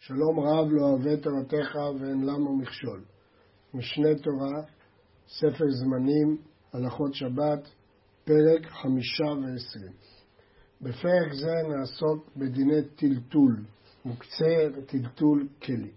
שלום רב לא אוהב את תורתך ואין למה מכשול. משנה תורה, ספר זמנים, הלכות שבת, פרק 25. בפרק זה נעסוק בדיני טלטול, מוקצה וטלטול כלי.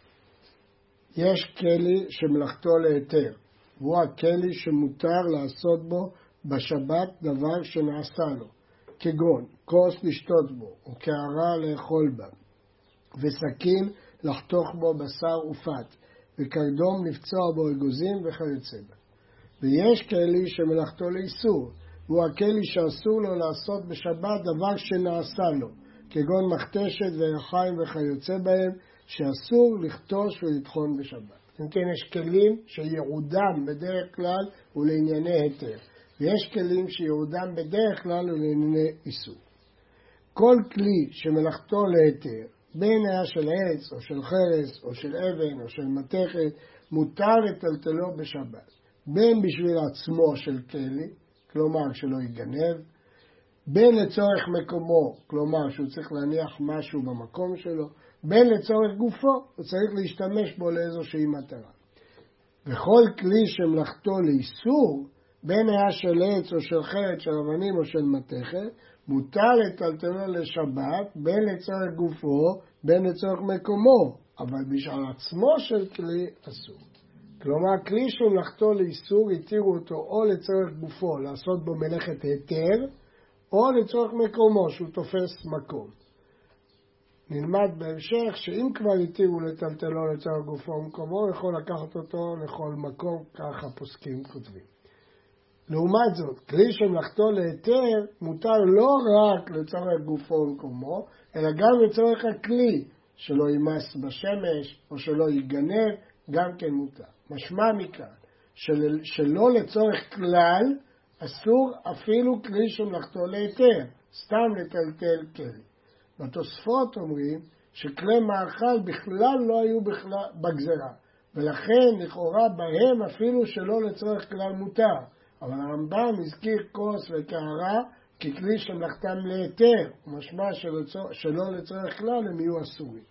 יש כלי שמלאכתו להיתר, והוא הכלי שמותר לעשות בו בשבת דבר שנעשה לו, כגון כוס לשתות בו, או קערה לאכול בה, וסכין לחתוך בו בשר ופת, וקרדום לפצוע בו אגוזים וכיוצא בה. ויש כלי שמלאכתו לאיסור, והוא הכלי שאסור לו לעשות בשבת דבר שנעשה לו, כגון מכתשת וירחיים וכיוצא בהם, שאסור לכתוש ולטחון בשבת. אם כן, יש כלים שייעודם בדרך כלל הוא לענייני היתר, ויש כלים שייעודם בדרך כלל הוא לענייני איסור. כל כלי שמלאכתו להיתר, בין היה של עץ או של חרס או של אבן או של מתכת, מותר לטלטלו בשבת, בין בשביל עצמו של כלי, כלומר שלא ייגנב, בין לצורך מקומו, כלומר שהוא צריך להניח משהו במקום שלו, בין לצורך גופו, הוא צריך להשתמש בו לאיזושהי מטרה. וכל כלי שמלאכתו לאיסור, בין היה של עץ או של חרס, של אבנים או של מתכת, מותר לטלטלו לשבת, בין לצורך גופו, בין לצורך מקומו, אבל בשביל עצמו של כלי אסור. כלומר, כלי שמלאכתו לאיסור, התירו אותו או לצורך גופו, לעשות בו מלאכת היתר, או לצורך מקומו, שהוא תופס מקום. נלמד בהמשך שאם כבר התירו לטלטלו לצורך גופו ומקומו, יכול לקחת אותו לכל מקום, ככה פוסקים כותבים. לעומת זאת, כלי שמלאכתו להיתר מותר לא רק לצורך גופו ומקומו, אלא גם לצורך הכלי, שלא יימס בשמש או שלא ייגנב, גם כן מותר. משמע מכאן, שלא לצורך כלל, אסור אפילו כלי שמלאכתו להיתר, סתם לטלטל כלי. בתוספות אומרים שכלי מאכל בכלל לא היו בגזרה, ולכן לכאורה בהם אפילו שלא לצורך כלל מותר. אבל הרמב"ם הזכיר כוס וקערה ככלי שמלאכתם להיתר, ומשמע שלא לצורך כלל הם יהיו אסורים.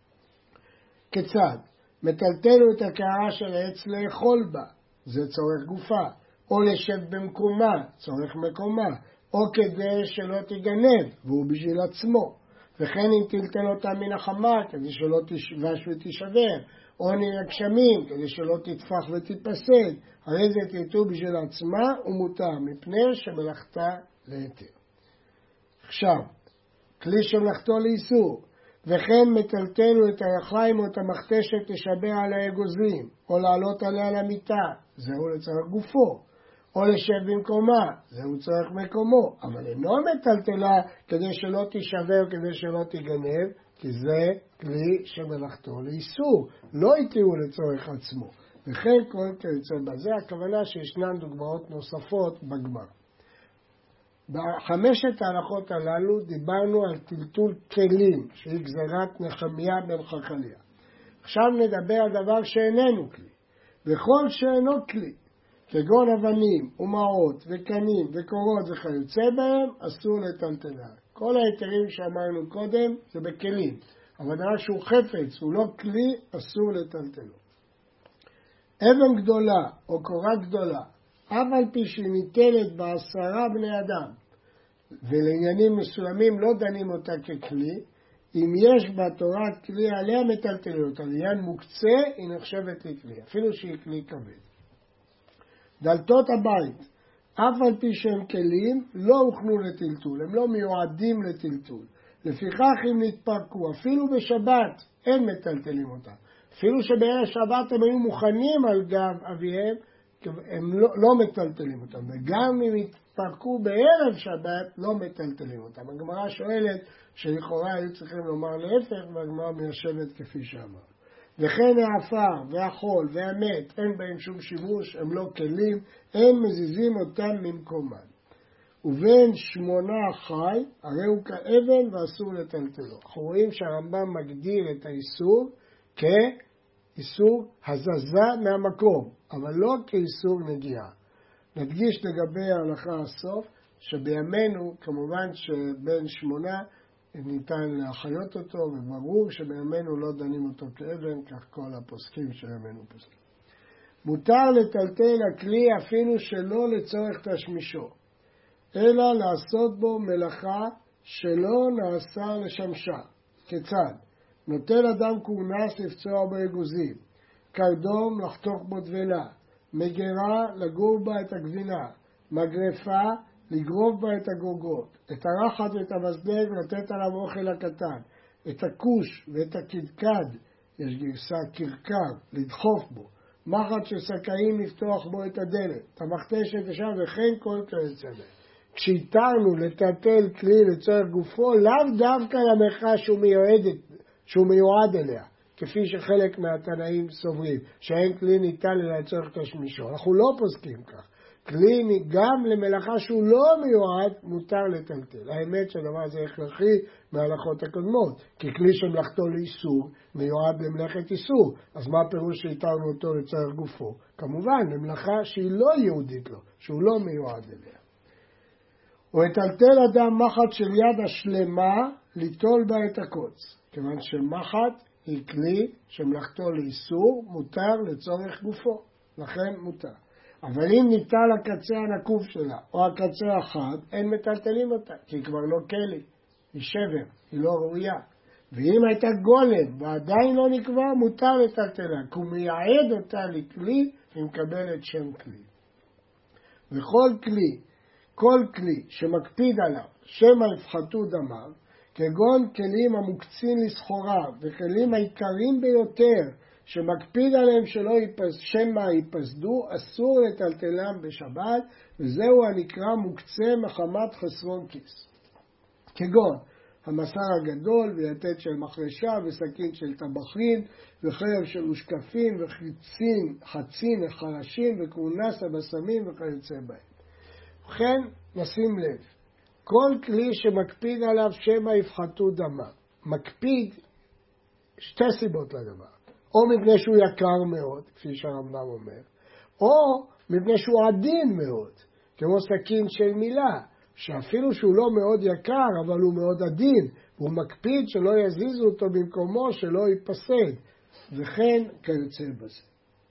כיצד? מטלטלו את הקערה של העץ לאכול בה, זה צורך גופה, או לשב במקומה, צורך מקומה, או כדי שלא תיגנב, והוא בשביל עצמו. וכן אם טלטל אותה מן החמה, כדי שלא תשבש ותישבר, או מן הגשמים, כדי שלא תטפח ותיפסד, הרי זה טלטול בשביל עצמה ומותר, מפני שמלאכתה להיתר. עכשיו, כלי שמלאכתו לאיסור, וכן מטלטלו את הירחיים או את המכתשת לשבר על האגוזים, או לעלות עליה למיטה, זהו לצורך גופו, או לשב במקומה, זהו צורך מקומו, אבל אינו מטלטלה כדי שלא תישבר, כדי שלא תיגנב, כי זה כלי שמלאכתו לאיסור, לא התירו לצורך עצמו. וכן כל כיוצא בזה, הכוונה שישנן דוגמאות נוספות בגמרא. בחמשת ההלכות הללו דיברנו על טלטול כלים, שהיא גזירת נחמיה בן חכליה. עכשיו נדבר על דבר שאיננו כלי, וכל שאינו כלי, כגון אבנים ומעות וקנים וקורות וכיוצא בהם, אסור לטלטלה. כל ההיתרים שאמרנו קודם זה בכלים, אבל דבר שהוא חפץ, הוא לא כלי, אסור לטלטלו. אבן גדולה או קורה גדולה, אף על פי שהיא ניטלת ב10 בני אדם, ולעניינים מסוימים לא דנים אותה ככלי, אם יש בתורה כלי עליה מטלטלים אותה, לעניין מוקצה היא נחשבת לכלי, אפילו שהיא כלי כבד. דלתות הבית, אף על פי שהם כלים, לא הוכנו לטלטול, הם לא מיועדים לטלטול. לפיכך אם נתפרקו, אפילו בשבת, אין מטלטלים אותה. אפילו שבערב שבת הם היו מוכנים על גב אביהם, הם לא מטלטלים אותם. וגם אם התפרקו בערב שבת, לא מטלטלים אותם. הגמרא שואלת שלכאורה היו צריכים לומר להפך, והגמרא מיישבת כפי שאמר. וכן העפר והחול והמת, אין בהם שום שימוש, הם לא כלים, הם מזיזים אותם ממקומן. ובין 8 חי, הרי הוא כאבן ואסור לטלטלו. אנחנו רואים שהרמב"ם מגדיר את האיסור כאיסור הזזה מהמקום, אבל לא כאיסור נגיעה. נדגיש לגבי ההלכה הסוף, שבימינו, כמובן שבין 8 ניתן להחיות אותו, וברור שבימינו לא דנים אותו כאבן, כך כל הפוסקים שבימינו פוסקים. מותר לטלטל הכלי אפילו שלא לצורך תשמישו, אלא לעשות בו מלאכה שלא נעשה לשמשה. כיצד? נוטל אדם קורנס לפצוע בו אגוזים, קרדום לחתוך בו דבלה, מגרה לגור בה את הגבינה, מגרפה לגרוב בה את הגוגות, את הרחת ואת המזלג לתת עליו אוכל הקטן, את הכוש ואת הקדקד, יש גרסה קרקר, לדחוף בו, מחט של סכאים לפתוח בו את הדלת, את המכתשת ושם וכן כל כיוצא בהם. כשהתרנו לטלטל כלי לצורך גופו, לאו דווקא למלאכה שהוא מיועד אליה, כפי שחלק מהתנאים סוברים, שאין כלי ניתן לצורך תשמישו. אנחנו לא פוסקים כך. כלי גם למלאכה שהוא לא מיועד מותר לטלטל. האמת שהדבר הזה הכרחי מההלכות הקודמות, כי כלי שמלאכתו לאיסור מיועד למלאכת איסור. אז מה הפירוש שהתרנו אותו לצורך גופו? כמובן, למלאכה שהיא לא יהודית לו, שהוא לא מיועד אליה. או יטלטל אדם מחט של יד השלמה ליטול בה את הקוץ, כיוון שמחט היא כלי שמלאכתו לאיסור, מותר לצורך גופו, לכן מותר. אבל אם ניטל הקצה הנקוב שלה או הקצה החד, אין מטלטלים אותה, כי היא כבר לא כלי, היא שבר, היא לא ראויה. ואם הייתה גולם ועדיין לא נקבע, מותר לטלטלה, כי הוא מייעד אותה לכלי ומקבלת שם כלי. וכל כלי, כל כלי שמקפיד עליו, שמא יפחתו דמיו, כגון כלים המוקצים לסחורה וכלים העיקריים ביותר שמקפיד עליהם שמא ייפסדו, אסור לטלטלם בשבת, וזהו הנקרא מוקצה מחמת חסרון כיס. כגון המסר הגדול ויתד של מחרשה וסכין של טבחין וחרב של ושקפים וחצין וחרשים וקורנס הבשמים וכיוצא בהם. ובכן, נשים לב, כל כלי שמקפיד עליו שמא יפחתו דמיו, מקפיד שתי סיבות לדבר. או מפני שהוא יקר מאוד, כפי שהרמב"ם אומר, או מפני שהוא עדין מאוד, כמו סכין של מילה, שאפילו שהוא לא מאוד יקר, אבל הוא מאוד עדין, והוא מקפיד שלא יזיזו אותו במקומו, שלא ייפסד, וכן כיוצא בזה.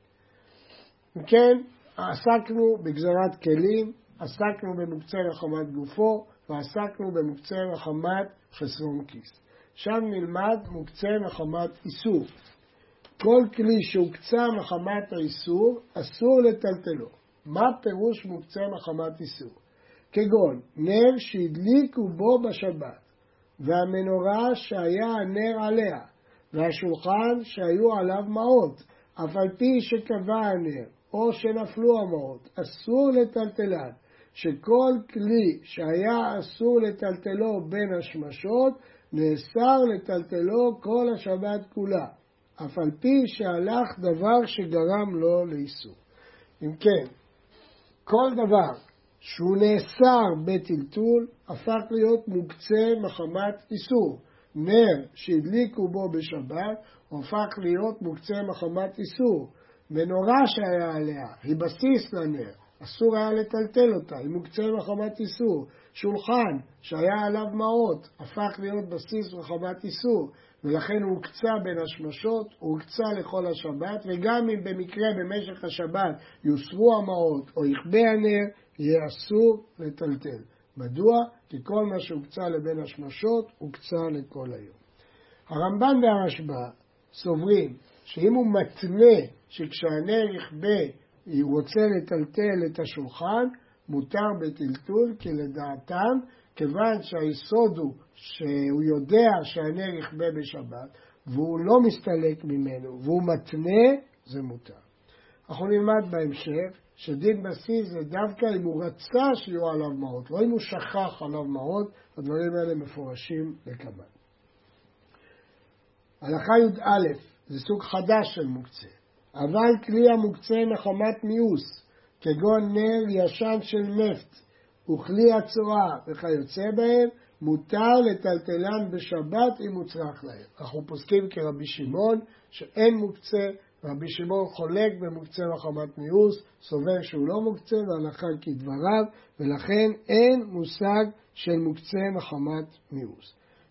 וכן, עסקנו בגזרת כלים, עסקנו במוקצה מחמת גופו, ועסקנו במוקצה מחמת חסרון כיס. שם נלמד מוקצה מחמת איסור. כל כלי שהוקצה מחמת האיסור, אסור לטלטלו. מה פירוש מוקצה מחמת איסור? כגון נר שהדליקו בו בשבת, והמנורה שהיה הנר עליה, והשולחן שהיו עליו מעות, אף על פי שקבע הנר, או שנפלו המעות, אסור לטלטלן. שכל כלי שהיה אסור לטלטלו בין השמשות, נאסר לטלטלו כל השבת כולה, אף על פי שהלך דבר שגרם לו לאיסור. אם כן, כל דבר שהוא נאסר בטלטול, הפך להיות מוקצה מחמת איסור. נר שהדליקו בו בשבת, הפך להיות מוקצה מחמת איסור. מנורה שהיה עליה, היא בסיס לנר, אסור היה לטלטל אותה, היא מוקצה מחמת איסור. שולחן שהיה עליו מעות, הפך להיות בסיס מחמת איסור, ולכן הוא הוקצה בין השמשות, הוא הוקצה לכל השבת, וגם אם במקרה במשך השבת יוסרו המעות או יכבה הנר, יהיה אסור לטלטל. מדוע? כי כל מה שהוקצה לבין השמשות הוקצה לכל היום. הרמב"ן והרשב"א סוברים שאם הוא מתנה שכשהנר יכבה הוא רוצה לטלטל את השולחן, מותר בטלטול, כי לדעתם, כיוון שהיסוד הוא שהוא יודע שהנר יכבה בשבת, והוא לא מסתלק ממנו, והוא מתנה, זה מותר. אנחנו נלמד בהמשך שדין בסיס זה דווקא אם הוא רצה שיהיו עליו מעות, לא אם הוא שכח עליו מעות, הדברים האלה מפורשים לקבל. הלכה י"א, זה סוג חדש של מוקצה. אבל כלי המוקצה מחמת מיוס, כגון נר ישן של נפט, וכלי הצואה וכיוצא בהם, מותר לטלטלן בשבת אם מוצרך להם. אנחנו פוסקים כרבי שמעון שאין מוקצה, רבי שמעון חולק במוקצה מחמת מיוס, סובר שהוא לא מוקצה והלכה כדבריו, ולכן אין מושג של מוקצה מחמת מיוס.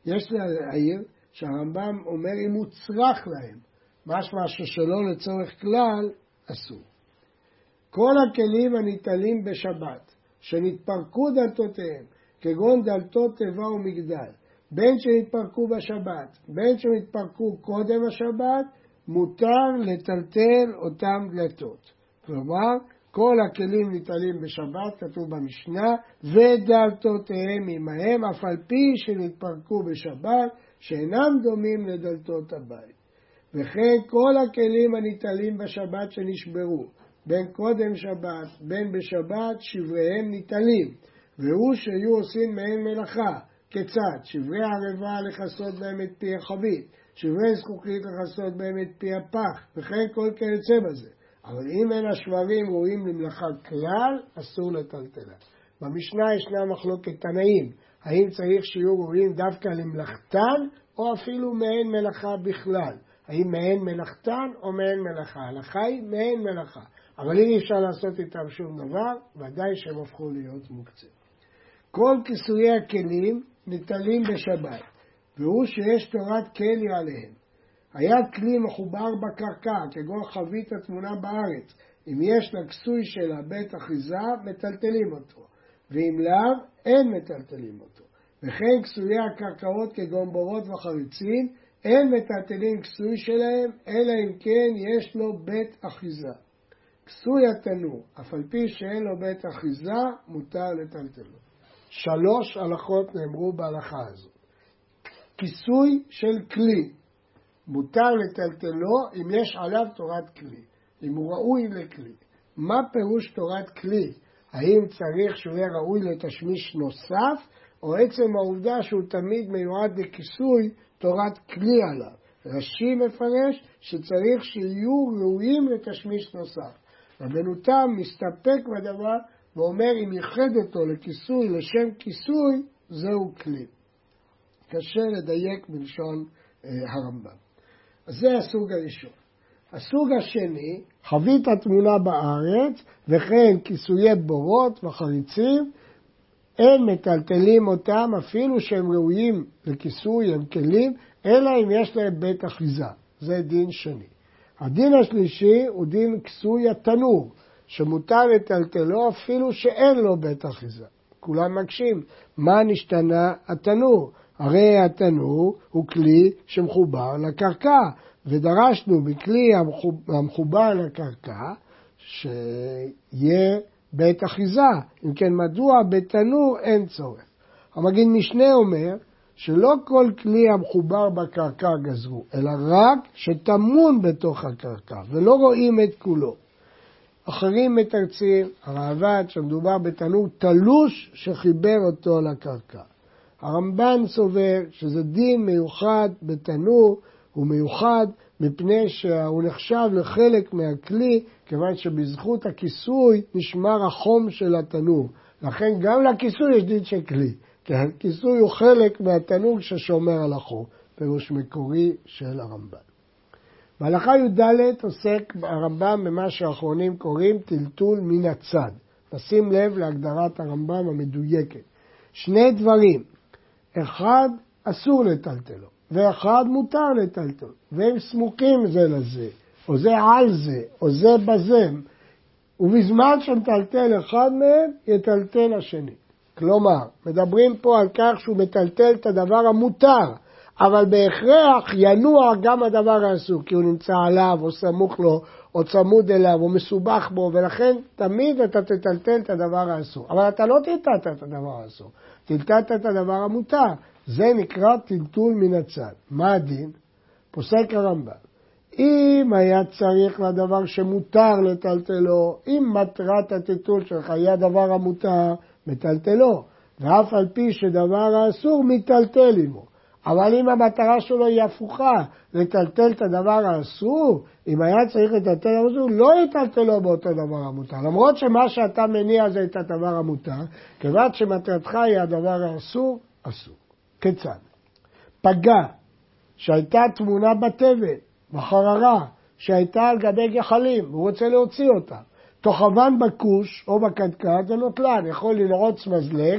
יש להעיר שהרמב"ם אומר אם הוא צריך להם, משמע ששלא לצורך כלל אסור. כל הכלים הניטלים בשבת, שנתפרקו דלתותיהם, כגון דלתות תיבה ומגדל, בין שנתפרקו בשבת, בין שנתפרקו קודם השבת, מותר לטלטל אותם דלתות. כלומר, כל הכלים ניטלים בשבת, כתוב במשנה, ודלתותיהם עמהם, אף על פי שנתפרקו בשבת, שאינם דומים לדלתות הבית. וכן כל הכלים הניטלים בשבת שנשברו, בין קודם שבת, בין בשבת, שבריהם ניטלים, והוא שיהיו עושים מהם מלאכה. כיצד? שברי ערבה לכסות בהם את פי החבית, שברי זכוכית לכסות בהם את פי הפח, וכן כל כיוצא בזה. אבל אם אין השברים ראויים למלאכה כלל, אסור לטלטלה. במשנה ישנה מחלוקת תנאים, האם צריך שיהיו ראויים דווקא למלאכתן, או אפילו מעין מלאכה בכלל. האם מעין מלאכתן או מעין מלאכה? ההלכה היא מעין מלאכה. אבל אם אפשר לעשות איתם שום דבר, ודאי שהם הפכו להיות מוקצים. כל כיסויי הכלים ניטלים בשבת, והוא שיש תורת כלי עליהם. היה כלי מחובר בקרקע, כגון חבית התמונה בארץ. אם יש לכסוי שלה בית אחיזה, מטלטלים אותו. ואם לאו, אין מטלטלים אותו. וכן כסויי הקרקעות כגון בורות וחריצים, אין מטלטלים כסוי שלהם, אלא אם כן יש לו בית אחיזה. כסוי התנור, אף על פי שאין לו בית אחיזה, מותר לטלטלו. 3 הלכות נאמרו בהלכה הזו. כיסוי של כלי, מותר לטלטלו אם יש עליו תורת כלי, אם הוא ראוי לכלי. מה פירוש תורת כלי? האם צריך שהוא יהיה ראוי לתשמיש נוסף, או עצם העובדה שהוא תמיד מיועד לכיסוי תורת כלי עליו? רש"י מפרש שצריך שיהיו ראויים לתשמיש נוסף. רבנו תם מסתפק בדבר ואומר אם ייחד אותו לכיסוי לשם כיסוי, זהו כלי. קשה לדייק בלשון הרמב"ם. אז זה הסוג הראשון. הסוג השני, חבית התמונה בארץ, וכן כיסויי בורות וחריצים, אין מטלטלים אותם אפילו שהם ראויים לכיסוי, הם כלים, אלא אם יש להם בית אחיזה. זה דין שני. הדין השלישי הוא דין כיסוי התנור, שמותר לטלטלו אפילו שאין לו בית אחיזה. כולם מקשים, מה נשתנה התנור? הרי התנור הוא כלי שמחובר לקרקע, ודרשנו בכלי המחובר לקרקע שיהיה בית אחיזה. אם כן, מדוע בתנור אין צורך? המגיד משנה אומר שלא כל כלי המחובר בקרקע גזרו, אלא רק שטמון בתוך הקרקע, ולא רואים את כולו. אחרים מתרצים, הראב"ד, שמדובר בתנור תלוש שחיבר אותו לקרקע. הרמב"ן סובר שזה דין מיוחד בתנור, הוא מיוחד מפני שהוא נחשב לחלק מהכלי, כיוון שבזכות הכיסוי נשמר החום של התנור. לכן גם לכיסוי יש דין של כלי, כי הכיסוי הוא חלק מהתנור ששומר על החום, פירוש מקורי של הרמב"ן. בהלכה י"ד עוסק הרמב"ם במה שהאחרונים קוראים טלטול מן הצד. נשים לב להגדרת הרמב"ם המדויקת. 2 דברים, אחד אסור לטלטלו, ואחד מותר לטלטל, והם סמוכים זה לזה, או זה על זה, או זה בזה, ובזמן שמטלטל אחד מהם, יטלטל השני. כלומר, מדברים פה על כך שהוא מטלטל את הדבר המותר, אבל בהכרח ינוע גם הדבר האסור, כי הוא נמצא עליו, או סמוך לו, או צמוד אליו, או מסובך בו, ולכן תמיד אתה תטלטל את הדבר האסור. אבל אתה לא טלטלת את הדבר האסור, טלטלת את הדבר המותר. זה נקרא טלטול מן הצד. מה הדין? פוסק הרמב"ם. אם היה צריך לדבר שמותר לטלטלו, אם מטרת הטלטול שלך היה דבר המותר, מטלטלו, ואף על פי שדבר האסור מטלטל עמו. אבל אם המטרה שלו היא הפוכה, לטלטל את הדבר האסור, אם היה צריך לטלטל את האסור, לא יטלטלו באותו דבר המותר. למרות שמה שאתה מניע זה את הדבר המותר, כיוון שמטרתך היא הדבר האסור, אסור. כיצד? פגע שהייתה תמונה בתבל, בחררה, שהייתה על גבי גחלים, והוא רוצה להוציא אותה. תוכבן בכוש או בקדקד זה נוטלן, יכול ללרוץ מזלג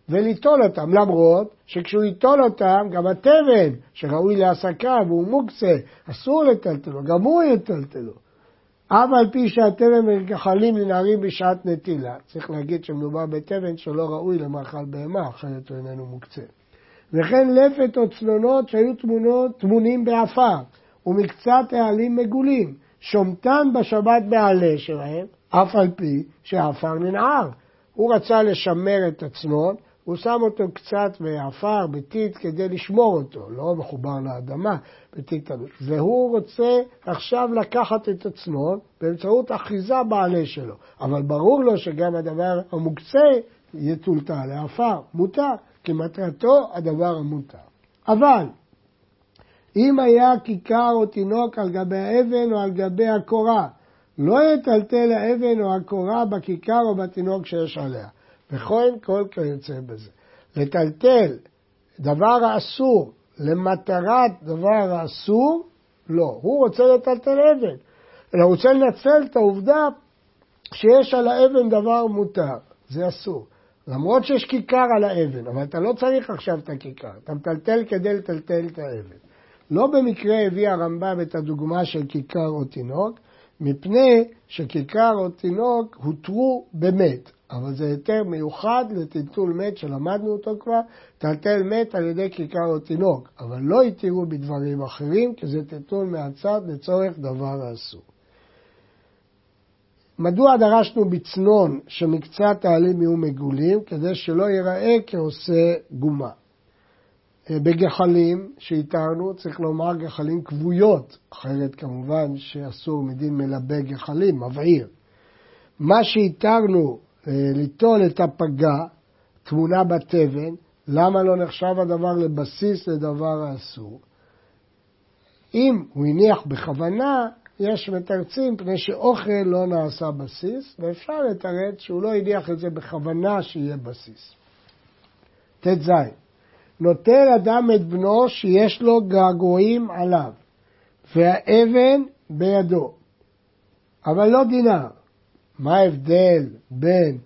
וליטול אותם, למרות שכשהוא ליטול אותם, גם התבן שראוי להסקה והוא מוקצה, אסור לטלטלו, גם הוא יטלטלו. אף על פי שהתבן מגחלים לנערים בשעת נטילה, צריך להגיד שמדובר בתבן שלא ראוי למאכל בהמה, אחרת הוא איננו מוקצה. וכן לפת או צנונות שהיו טמונים באפר, ומקצת העלים מגולים, שומתן בשבת בעלה שלהם, אף על פי שהאפר ננער. הוא רצה לשמר את הצנון, הוא שם אותו קצת באפר, בטיט, כדי לשמור אותו, לא מחובר לאדמה, בטיט תלוש. והוא רוצה עכשיו לקחת את הצנון באמצעות אחיזה בעלה שלו. אבל ברור לו שגם הדבר המוקצה יטולטל לאפר, מותר, כי מטרתו הדבר המותר. אבל אם היה כיכר או תינוק על גבי האבן או על גבי הקורה, לא יטלטל האבן או הקורה בכיכר או בתינוק שיש עליה. וכן כל כיוצא בזה. לטלטל דבר האסור למטרת דבר האסור, לא. הוא רוצה לטלטל אבן. אלא הוא רוצה לנצל את העובדה שיש על האבן דבר מותר. זה אסור. למרות שיש כיכר על האבן, אבל אתה לא צריך עכשיו את הכיכר. אתה מטלטל כדי לטלטל את האבן. לא במקרה הביא הרמב"ם את הדוגמה של כיכר או תינוק, מפני שכיכר או תינוק הותרו במת. אבל זה יותר מיוחד לטלטול מת שלמדנו אותו כבר, טלטל מת על ידי כיכר או תינוק, אבל לא יתירו בדברים אחרים, כי זה טלטול מהצד לצורך דבר האסור. מדוע דרשנו בצנון שמקצת העלים יהיו מגולים, כדי שלא ייראה כעושה גומה? בגחלים שהתארנו, צריך לומר גחלים כבויות, אחרת כמובן שאסור מדין מלבה גחלים, מבעיר. מה שהתארנו ליטול את הפגה, תמונה בתבן, למה לא נחשב הדבר לבסיס לדבר האסור? אם הוא הניח בכוונה, יש מתרצים פני שאוכל לא נעשה בסיס, ואפשר לתרץ שהוא לא הניח את זה בכוונה שיהיה בסיס. תז. נוטל אדם את בנו שיש לו געגועים עליו, והאבן בידו, אבל לא דינר. מה ההבדל בין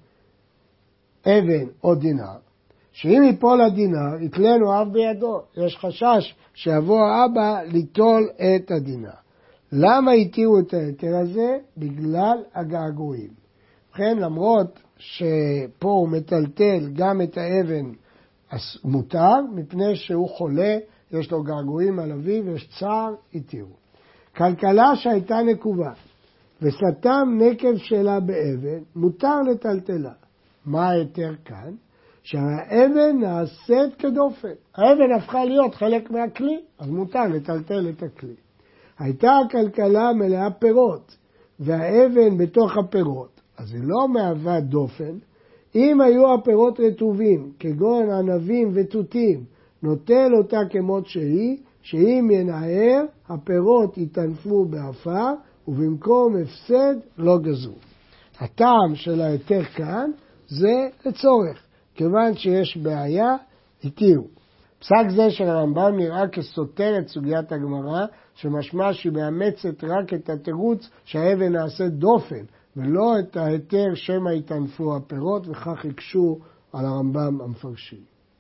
אבן או דינר? שאם ייפול הדינר, יתלנו אב בידו. יש חשש שיבוא האבא ליטול את הדינר. למה התירו את היתר הזה? בגלל הגעגועים. לכן, למרות שפה הוא מטלטל גם את האבן מותר, מפני שהוא חולה, יש לו געגועים על אביו ויש צער, התירו. כלכלה שהייתה נקובה, וסתם נקב שלה באבן, מותר לטלטלה. מה היתר כאן? שהאבן נעשית כדופן. האבן הפכה להיות חלק מהכלי, אז מותר לטלטל את הכלי. הייתה הכלכלה מלאה פירות, והאבן בתוך הפירות, אז היא לא מהווה דופן. אם היו הפירות רטובים, כגון ענבים ותותים, נוטל אותה כמות שהיא, שאם ינער, הפירות יתענפו באפר, ובמקום הפסד לא גזרו. הטעם של היתר כאן זה לצורך, כיוון שיש בעיה, התירו. פסק זה של הרמב"ם נראה כסותר את סוגיית הגמרא, שמשמע שהיא מאמצת רק את התירוץ שהאבן נעשית דופן, ולא את ההיתר שמא יתענפו הפירות, וכך יקשו על הרמב"ם המפרשים.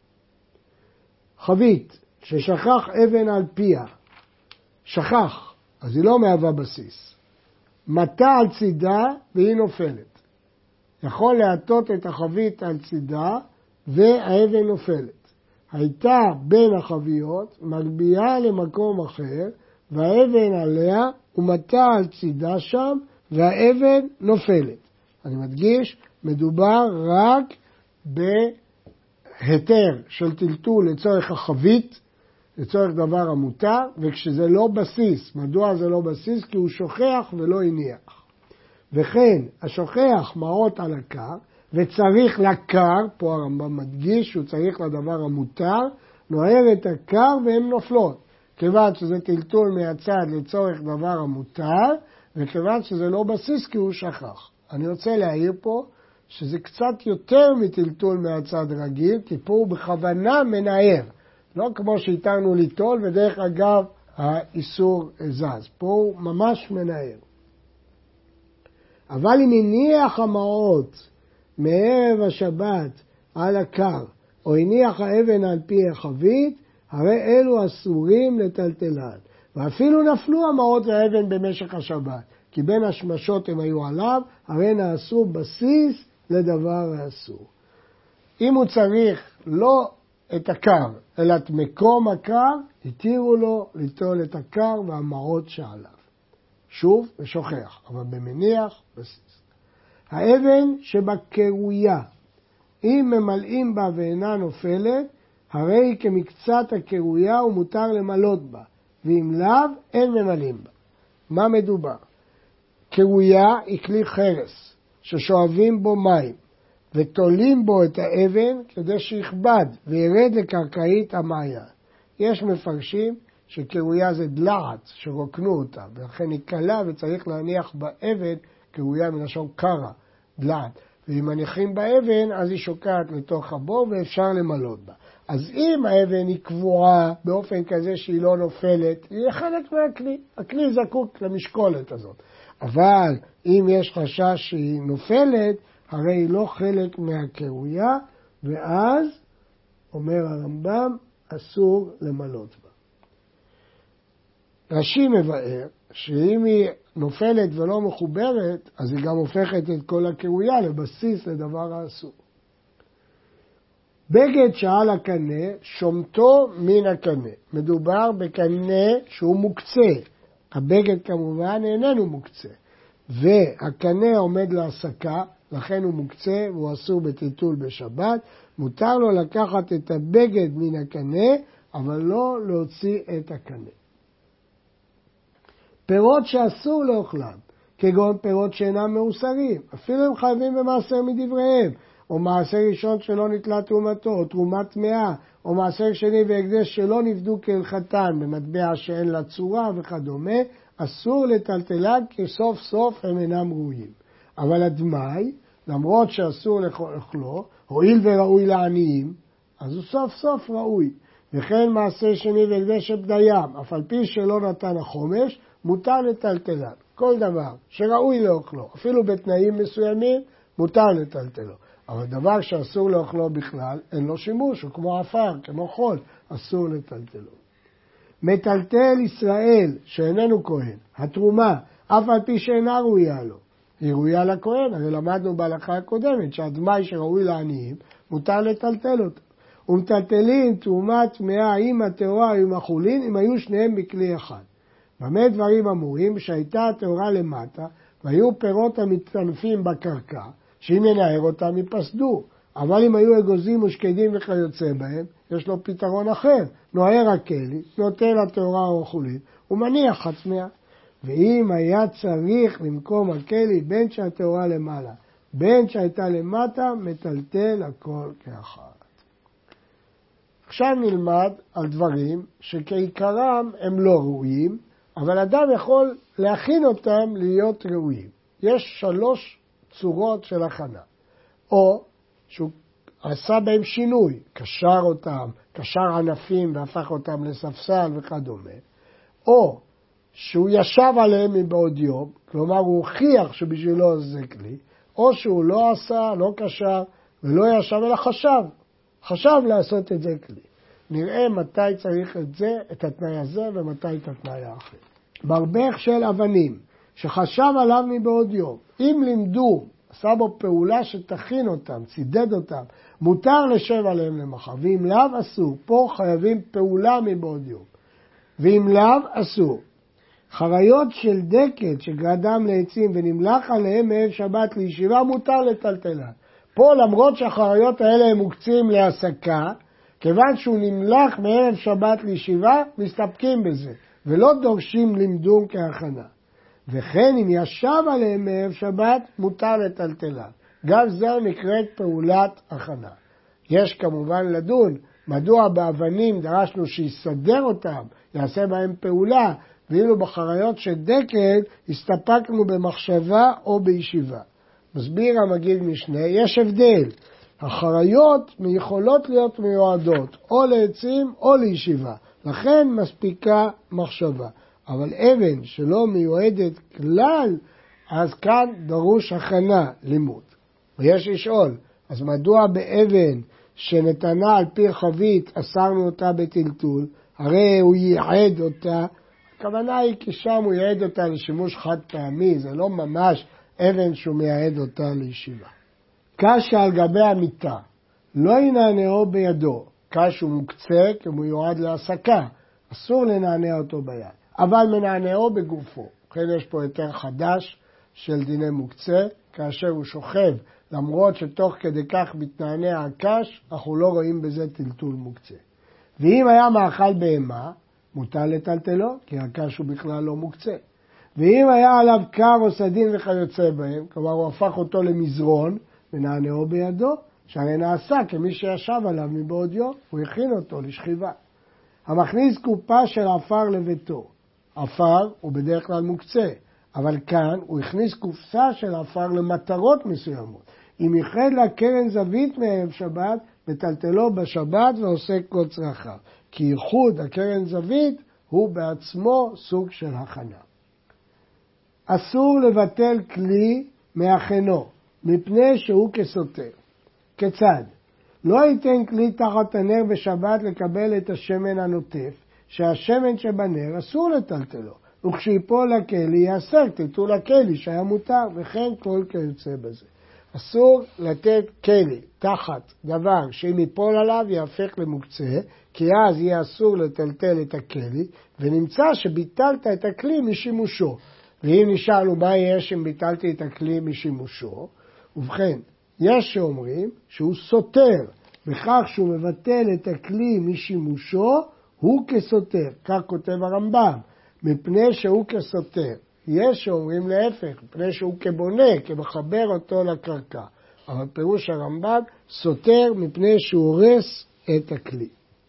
חבית ששכח אבן על פיה, שכח, אז היא לא מהווה בסיס. מטה על צידה והיא נופלת. יכול להטות את החבית על צידה והאבן נופלת. הייתה בין החביות, מגביהה למקום אחר, והאבן עליה ומטה על צידה שם, והאבן נופלת. אני מדגיש, מדובר רק בהיתר של טלטול לצורך החבית, לצורך דבר המותר, וכשזה לא בסיס. מדוע זה לא בסיס? כי הוא שוכח ולא הניח. וכן, השוכח מעות על הקר, וצריך לקר, פה הרמב"ם מדגיש שהוא צריך לדבר המותר, נוער את הקר והן נופלות. כיוון שזה טלטול מהצד לצורך דבר המותר, וכיוון שזה לא בסיס כי הוא שכח. אני רוצה להעיר פה שזה קצת יותר מטלטול מהצד רגיל, כי פה הוא בכוונה מנער. לא כמו שהתרנו ליטול, ודרך אגב האיסור זז. פה הוא ממש מנער. אבל אם הניח המעות מערב השבת על הקר, או הניח האבן על פי החבית, הרי אלו אסורים לטלטלן. ואפילו נפלו המעות והאבן במשך השבת, כי בין השמשות הם היו עליו, הרי נעשו בסיס לדבר האסור. אם הוא צריך לא את הקר, אלא את מקום הקר, התירו לו ליטול את הקר והמעות שעליו. שוב, ושוכח, אבל במניח, בסיס. האבן שבקרויה, אם ממלאים בה ואינה נופלת, הרי היא כמקצת הקרויה ומותר למלות בה, ואם לאו, אין ממלאים בה. מה מדובר? קרויה היא כלי חרס, ששואבים בו מים, ותולים בו את האבן כדי שיכבד וירד לקרקעית המעיין. יש מפרשים שקרויה זה דלעת, שרוקנו אותה, ולכן היא קלה וצריך להניח באבן, קרויה מלשון קרה, דלעת. ואם מניחים באבן, אז היא שוקעת לתוך הבור ואפשר למלות בה. אז אם האבן היא קבועה באופן כזה שהיא לא נופלת, היא חלק מהכלי. הכלי זקוק למשקולת הזאת. אבל אם יש חשש שהיא נופלת, הרי היא לא חלק מהקרויה, ואז, אומר הרמב"ם, אסור למלות בה. רש"י מבאר שאם היא נופלת ולא מחוברת, אז היא גם הופכת את כל הקרויה לבסיס לדבר האסור. בגד שעל הקנה, שומתו מן הקנה. מדובר בקנה שהוא מוקצה. הבגד כמובן איננו מוקצה. והקנה עומד להסקה, לכן הוא מוקצה והוא אסור בטיטול בשבת. מותר לו לקחת את הבגד מן הקנה, אבל לא להוציא את הקנה. פירות שאסור לאוכלם, כגון פירות שאינם מאוסרים, אפילו הם חייבים במעשר מדבריהם, או מעשר ראשון שלא נתלה תרומתו, או תרומת טמאה, או מעשר שני והקדש שלא נפדו כהלכתן, במטבע שאין לה צורה וכדומה, אסור לטלטלן כי סוף סוף הם אינם ראויים. אבל הדמאי, למרות שאסור לאכלו, הואיל וראוי לעניים, אז הוא סוף סוף ראוי. וכן מעשר שני והקדש שבדיים, אף על פי שלא נתן החומש, מותר לטלטלן. כל דבר שראוי לאכלו, אפילו בתנאים מסוימים, מותר לטלטלו. אבל דבר שאסור לאכלו בכלל, אין לו שימוש, הוא כמו עפר, כמו חול, אסור לטלטלו. מטלטל ישראל, שאיננו כהן, התרומה, אף על פי שאינה ראויה לו, היא ראויה לכהן, הרי למדנו בהלכה הקודמת, שהדמאי שראוי לעניים, מותר לטלטל אותו. ומטלטלים תרומת טמאה עם הטהורה ועם החולין, אם היו שניהם בכלי אחד. במה דברים אמורים? שהייתה הטהורה למטה, והיו פירות המתענפים בקרקע, שאם ינער אותם ייפסדו. אבל אם היו אגוזים ושקדים וכיוצא בהם, יש לו פתרון אחר. נוער הכלי, נוטל הטהורה או החולין, ומניח הטמאה. ואם היה צריך למקום הכלי בין שהטהורה למעלה, בין שהייתה למטה, מטלטל הכל כאחת. עכשיו נלמד על דברים שכעיקרם הם לא ראויים, אבל אדם יכול להכין אותם להיות ראויים. יש 3 צורות של הכנה. או שהוא עשה בהם שינוי, קשר אותם, קשר ענפים והפך אותם לספסל וכדומה. או שהוא ישב עליהם מבעוד יום, כלומר הוא הוכיח שבשבילו זה כלי, או שהוא לא עשה, לא קשר ולא ישב אלא חשב לעשות את זה כלי. נראה מתי צריך את זה, את התנאי הזה, ומתי את התנאי האחר. ברבך של אבנים, שחשב עליו מבעוד יום, אם לימדו, עשה בו פעולה שתכין אותם, צידד אותם, מותר לשב עליהם למחר, ואם לאו אסור, פה חייבים פעולה מבעוד יום, ואם לאו אסור. חריות של דקת שגרדם לעצים ונמלח עליהם מערב שבת לישיבה, מותר לטלטלן. פה למרות שהחריות האלה הם מוקצים להסקה, כיוון שהוא נמלח מערב שבת לישיבה, מסתפקים בזה, ולא דורשים לימדום כהכנה. וכן אם ישב עליהם מערב שבת, מותר לטלטלן. גם זה נקראת פעולת הכנה. יש כמובן לדון, מדוע באבנים דרשנו שיסדר אותם, יעשה בהם פעולה, ואילו בחריות של דקת הסתפקנו במחשבה או בישיבה. מסביר המגיד משנה, יש הבדל. החריות יכולות להיות מיועדות או לעצים או לישיבה, לכן מספיקה מחשבה. אבל אבן שלא מיועדת כלל, אז כאן דרוש הכנה לימוד. ויש לשאול, אז מדוע באבן שנתנה על פי חבית, אסרנו אותה בטלטול, הרי הוא ייעד אותה, הכוונה היא כי שם הוא ייעד אותה לשימוש חד פעמי, זה לא ממש אבן שהוא מייעד אותה לישיבה. קש על גבי המיטה, לא ינענעו בידו, קש הוא מוקצה כי הוא מיועד להסקה, אסור לנענע אותו ביד, אבל מנענעו בגופו. לכן יש פה יותר חדש של דיני מוקצה, כאשר הוא שוכב, למרות שתוך כדי כך מתנענע הקש, אנחנו לא רואים בזה טלטול מוקצה. ואם היה מאכל בהמה, מותר לטלטלו, כי הקש הוא בכלל לא מוקצה. ואם היה עליו קר או סדין וכיוצא בהם, כלומר הוא הפך אותו למזרון, ונענעו בידו, שהרי נעשה כמי שישב עליו מבעוד יום, הוא הכין אותו לשכיבה. המכניס קופה של עפר לביתו. עפר הוא בדרך כלל מוקצה, אבל כאן הוא הכניס קופסה של עפר למטרות מסוימות. אם ייחד לה קרן זווית מערב שבת, מטלטלו בשבת ועושה כל צרכיו. כי ייחוד הקרן זווית הוא בעצמו סוג של הכנה. אסור לבטל כלי מהכנו, מפני שהוא כסותר. כיצד? לא ייתן כלי תחת הנר בשבת לקבל את השמן הנוטף, שהשמן שבנר אסור לטלטלו, וכשיפול לכלי יאסר טלטול הכלי שהיה מותר, וכן כל כיוצא בזה. אסור לתת כלי תחת דבר שאם ייפול עליו יהפך למוקצה, כי אז יהיה אסור לטלטל את הכלי, ונמצא שביטלת את הכלי משימושו. ואם נשאלנו מה יש אם ביטלתי את הכלי משימושו, ובכן, יש שאומרים שהוא סותר, בכך שהוא מבטל את הכלי משימושו, הוא כסותר, כך כותב הרמב"ם, מפני שהוא כסותר. יש שאומרים להפך, מפני שהוא כבונה, כמחבר אותו לקרקע. אבל פירוש הרמב"ם סותר מפני שהוא הורס את הכלי.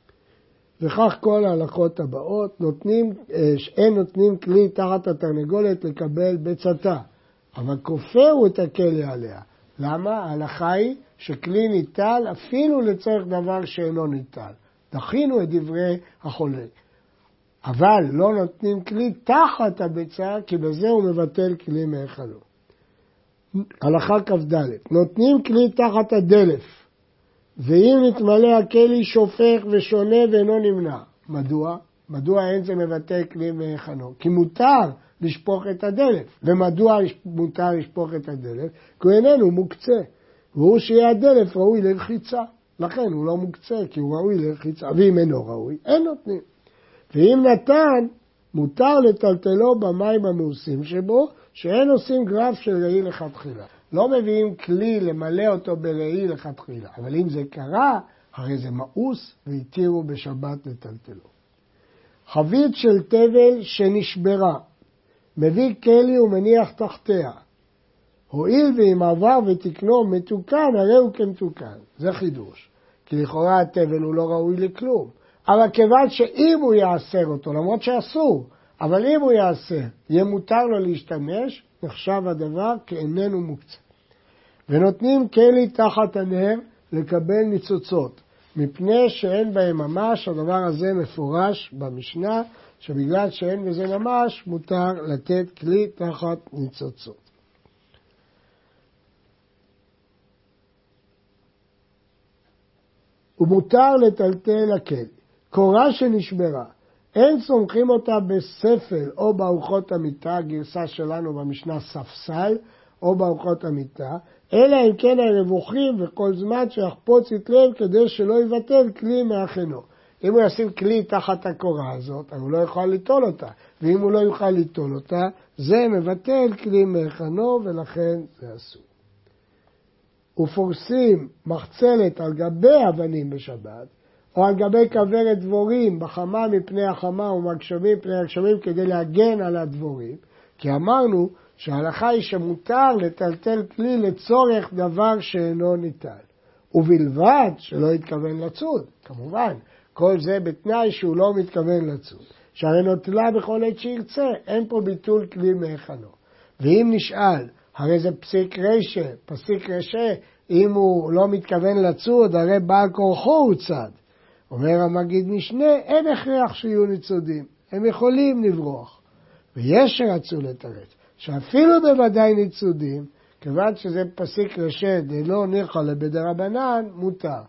וכך כל ההלכות הבאות, אין נותנים כלי תחת התרנגולת לקבל בצתה, אבל כופרו את הכלי עליה. למה? ההלכה היא שכלי ניטל אפילו לצורך דבר שאינו ניטל. דחינו את דברי החולק. אבל לא נותנים כלי תחת הביצה, כי בזה הוא מבטל כלי מהיכלו. הלכה כ"ד, נותנים כלי תחת הדלף, ואם נתמלא הכלי שופך ושונה ואינו נמנע. מדוע? מדוע אין זה מבטל כלי מהיכלו? כי מותר לשפוך את הדלף. ומדוע מותר לשפוך את הדלף? כי הוא איננו מוקצה. והוא שיהיה הדלף ראוי לרחיצה. לכן הוא לא מוקצה, כי הוא ראוי לרחיצה. ואם אינו ראוי, אין נותנים. ואם נתן, מותר לטלטלו במים המאוסים שבו, שאין עושים גרף של ראי לכתחילה. לא מביאים כלי למלא אותו בראי לכתחילה. אבל אם זה קרה, הרי זה מאוס והתירו בשבת לטלטלו. חבית של תבל שנשברה, מביא כלי ומניח תחתיה. הואיל ואם עבר ותקנו מתוקן, הרי הוא כמתוקן. זה חידוש. כי לכאורה התבל הוא לא ראוי לכלום. אבל כיוון שאם הוא יאסר אותו, למרות שאסור, אבל אם הוא יאסר, יהיה מותר לו להשתמש, נחשב הדבר כאיננו מוקצה. ונותנים כלי תחת הנר לקבל ניצוצות, מפני שאין בהם ממש, הדבר הזה מפורש במשנה, שבגלל שאין בזה ממש, מותר לתת כלי תחת ניצוצות. ומותר לטלטל הכלי. קורה שנשברה, אין סומכים אותה בספל או בארוחות המיטה, גרסה שלנו במשנה ספסל, או בארוחות המיטה, אלא אם כן הרווחים וכל זמן שיחפוץ יתלב כדי שלא יבטל כלי מהכנו. אם הוא ישים כלי תחת הקורה הזאת, הוא לא יוכל ליטול אותה, ואם הוא לא יוכל ליטול אותה, זה מבטל כלי מהכנו ולכן זה אסור. ופורסים מחצלת על גבי אבנים בשבת, או על גבי כוורת דבורים בחמה מפני החמה ומגשמים מפני הגשמים כדי להגן על הדבורים, כי אמרנו שההלכה היא שמותר לטלטל כלי לצורך דבר שאינו ניטל, ובלבד שלא יתכוון לצוד, כמובן, כל זה בתנאי שהוא לא מתכוון לצוד, שהרי נוטלה בכל עת שירצה, אין פה ביטול כלי מהיכנו. ואם נשאל, הרי זה פסיק רשע, אם הוא לא מתכוון לצוד, הרי בעל כורחו הוא צד. אומר המגיד משנה, אין הכרח שיהיו ניצודים, הם יכולים לברוח. ויש שרצו לתרץ, שאפילו בוודאי ניצודים, כיוון שזה פסיק רשע דלא ניחא לבדרבנן, מותר.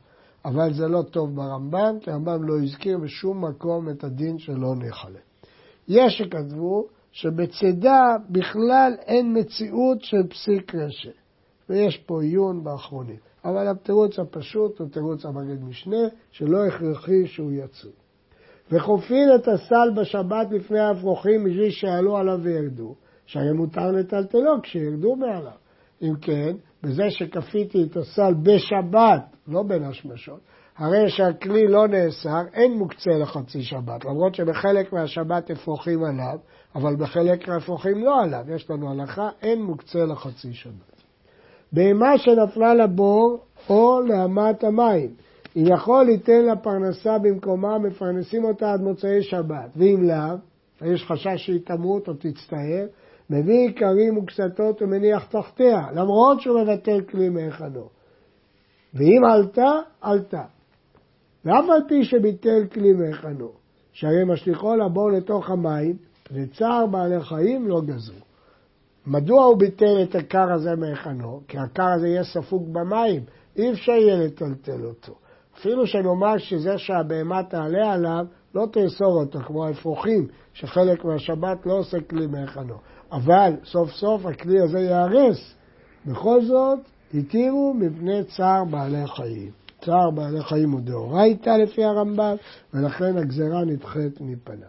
אבל זה לא טוב ברמב"ם, כי הרמב"ם לא הזכיר בשום מקום את הדין שלא נחלה. יש שכתבו שבצידה בכלל אין מציאות של פסיק רשע, ויש פה עיון באחרונים. אבל התירוץ הפשוט הוא תירוץ המגד משנה, שלא הכרחי שהוא יצוא. וחופין את הסל בשבת לפני האפרוחים בשביל שעלו עליו וירדו, שהרי מותר לטלטלו כשירדו מעליו. אם כן, בזה שכפיתי את הסל בשבת, לא בין השמשות, הרי שהכלי לא נאסר, אין מוקצה לחצי שבת, למרות שבחלק מהשבת אפרוחים עליו, אבל בחלק מהאפרוחים לא עליו. יש לנו הלכה, אין מוקצה לחצי שבת. בהמה שנפלה לבור או לאמת המים, אם יכול ליתן לה פרנסה במקומה, מפרנסים אותה עד מוצאי שבת, ואם לאו, יש חשש שהיא תמות או תצטער, מביא עיקרים וקצתות ומניח תחתיה, למרות שהוא מבטל כלי מהיכנו. ואם עלתה, עלתה. ואף על פי שביטל כלי מהיכנו, שהרי משליחו לבור לתוך המים, וצער בעלי חיים לא גזרו. מדוע הוא ביטל את הקר הזה מהיכנו? כי הקר הזה יהיה ספוג במים, אי אפשר יהיה לטלטל אותו. אפילו שנאמר שזה שהבהמה תעלה עליו, לא תאסור אותו, כמו האפרוחים, שחלק מהשבת לא עושה כלי מהיכנו. אבל סוף סוף הכלי הזה יהרס. בכל זאת, התירו מפני צער בעלי חיים. צער בעלי חיים הוא דאורייתא לפי הרמב"ם, ולכן הגזרה נדחית מפניו.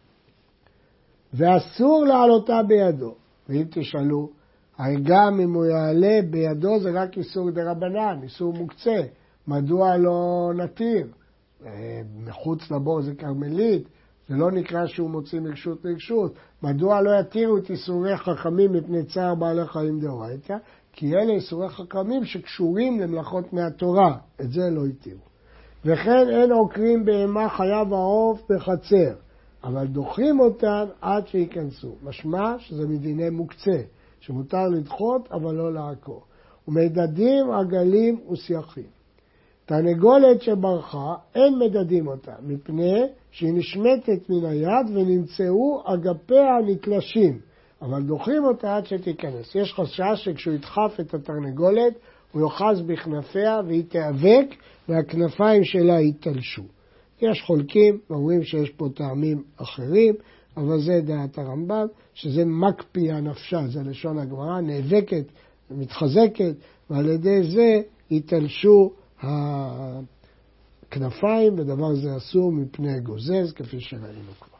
ואסור לעלותה בידו. ואם תשאלו, הרי גם אם הוא יעלה בידו זה רק איסור דרבנן, איסור מוקצה. מדוע לא נתיר? מחוץ לבור זה קרמלית, זה לא נקרא שהוא מוציא מרשות לרשות. מדוע לא יתירו את איסורי חכמים מפני צער בעלי חיים דאורייתא? כי אלה איסורי חכמים שקשורים למלאכות מהתורה, את זה לא יתירו. וכן אין עוקרים בהמה חיה ועוף בחצר, אבל דוחים אותן עד שיכנסו. משמע שזה מדיני מוקצה, שמותר לדחות אבל לא לעקור. ומדדים עגלים וסייחים. תרנגולת שברחה, אין מדדים אותה, מפני שהיא נשמטת מן היד ונמצאו אגפיה נתלשים, אבל דוחים אותה עד שתיכנס. יש חשש שכשהוא ידחף את התרנגולת, הוא יוחז בכנפיה והיא תיאבק והכנפיים שלה יתלשו. יש חולקים, אומרים שיש פה טעמים אחרים, אבל זה דעת הרמב"ם, שזה מקפיא נפשה, זה לשון הגמרא, נאבקת ומתחזקת, ועל ידי זה יתלשו הכנפיים, ודבר זה אסור מפני גוזז, כפי שראינו כבר.